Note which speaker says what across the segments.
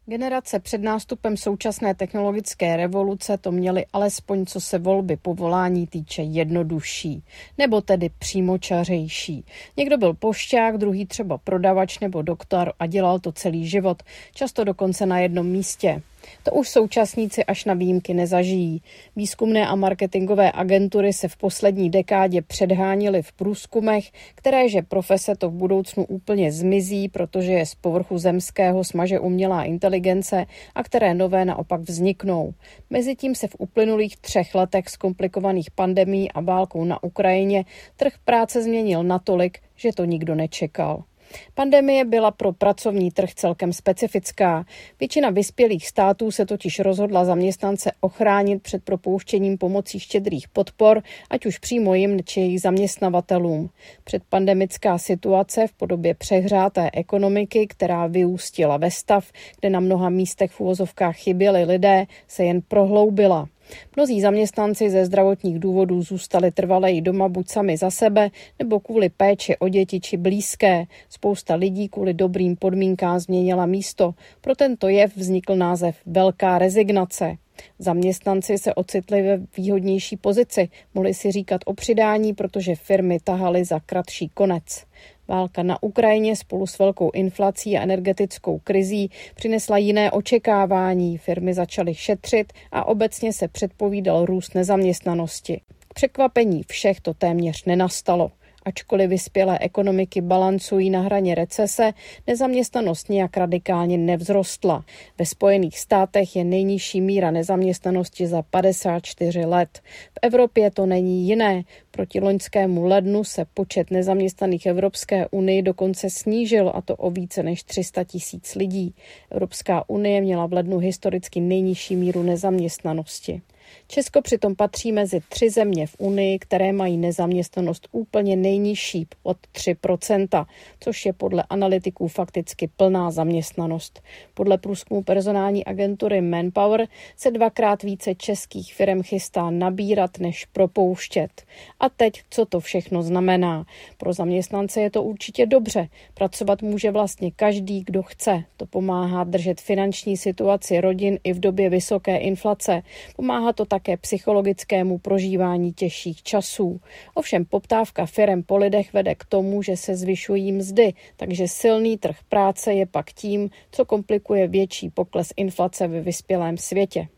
Speaker 1: Generace před nástupem současné technologické revoluce to měly alespoň co se volby povolání týče jednodušší, nebo tedy přímočařejší. Někdo byl pošťák, druhý třeba prodavač nebo doktor a dělal to celý život, často dokonce na jednom místě. To už současníci až na výjimky nezažijí. Výzkumné a marketingové agentury se v poslední dekádě předháněly v průzkumech, že profese to v budoucnu úplně zmizí, protože je z povrchu zemského smaže umělá inteligence a které nové naopak vzniknou. Mezitím se v uplynulých 3 letech zkomplikovaných pandemií a válkou na Ukrajině trh práce změnil natolik, že to nikdo nečekal. Pandemie byla pro pracovní trh celkem specifická. Většina vyspělých států se totiž rozhodla zaměstnance ochránit před propouštěním pomocí štědrých podpor, ať už přímo jim či jejich zaměstnavatelům. Předpandemická situace v podobě přehřáté ekonomiky, která vyústila ve stav, kde na mnoha místech v uvozovkách chyběli lidé, se jen prohloubila. Mnozí zaměstnanci ze zdravotních důvodů zůstali trvaleji doma buď sami za sebe, nebo kvůli péči o děti či blízké. Spousta lidí kvůli dobrým podmínkám změnila místo. Pro tento jev vznikl název Velká rezignace. Zaměstnanci se ocitli ve výhodnější pozici, mohli si říkat o přidání, protože firmy tahaly za kratší konec. Válka na Ukrajině spolu s velkou inflací a energetickou krizí přinesla jiné očekávání, firmy začaly šetřit a obecně se předpovídal růst nezaměstnanosti. K překvapení všech to téměř nenastalo. Ačkoliv vyspělé ekonomiky balancují na hraně recese, nezaměstnanost nijak radikálně nevzrostla. Ve Spojených státech je nejnižší míra nezaměstnanosti za 54 let. V Evropě to není jiné. Proti loňskému lednu se počet nezaměstnaných Evropské unii dokonce snížil, a to o více než 300 000 lidí. Evropská unie měla v lednu historicky nejnižší míru nezaměstnanosti. Česko přitom patří mezi 3 země v Unii, které mají nezaměstnanost úplně nejnižší od 3%, což je podle analytiků fakticky plná zaměstnanost. Podle průzkumu personální agentury Manpower se 2krát více českých firem chystá nabírat než propouštět. A teď, co to všechno znamená? Pro zaměstnance je to určitě dobře. Pracovat může vlastně každý, kdo chce. To pomáhá držet finanční situaci rodin i v době vysoké inflace. Pomáhá to také psychologickému prožívání těžších časů. Ovšem poptávka firem po lidech vede k tomu, že se zvyšují mzdy, takže silný trh práce je pak tím, co komplikuje větší pokles inflace ve vyspělém světě.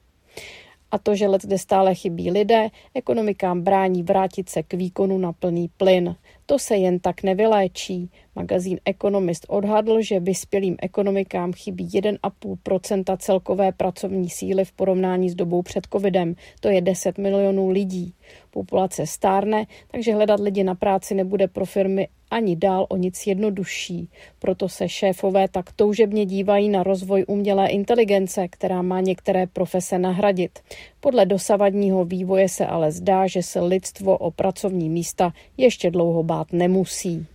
Speaker 1: A to, že leckde stále chybí lidé, ekonomikám brání vrátit se k výkonu na plný plyn. To se jen tak nevyléčí. Magazín Economist odhadl, že vyspělým ekonomikám chybí 1,5% celkové pracovní síly v porovnání s dobou před covidem. To je 10 milionů lidí. Populace stárne, takže hledat lidi na práci nebude pro firmy ani dál o nic jednodušší. Proto se šéfové tak toužebně dívají na rozvoj umělé inteligence, která má některé profese nahradit. Podle dosavadního vývoje se ale zdá, že se lidstvo o pracovní místa ještě dlouho bát nemusí.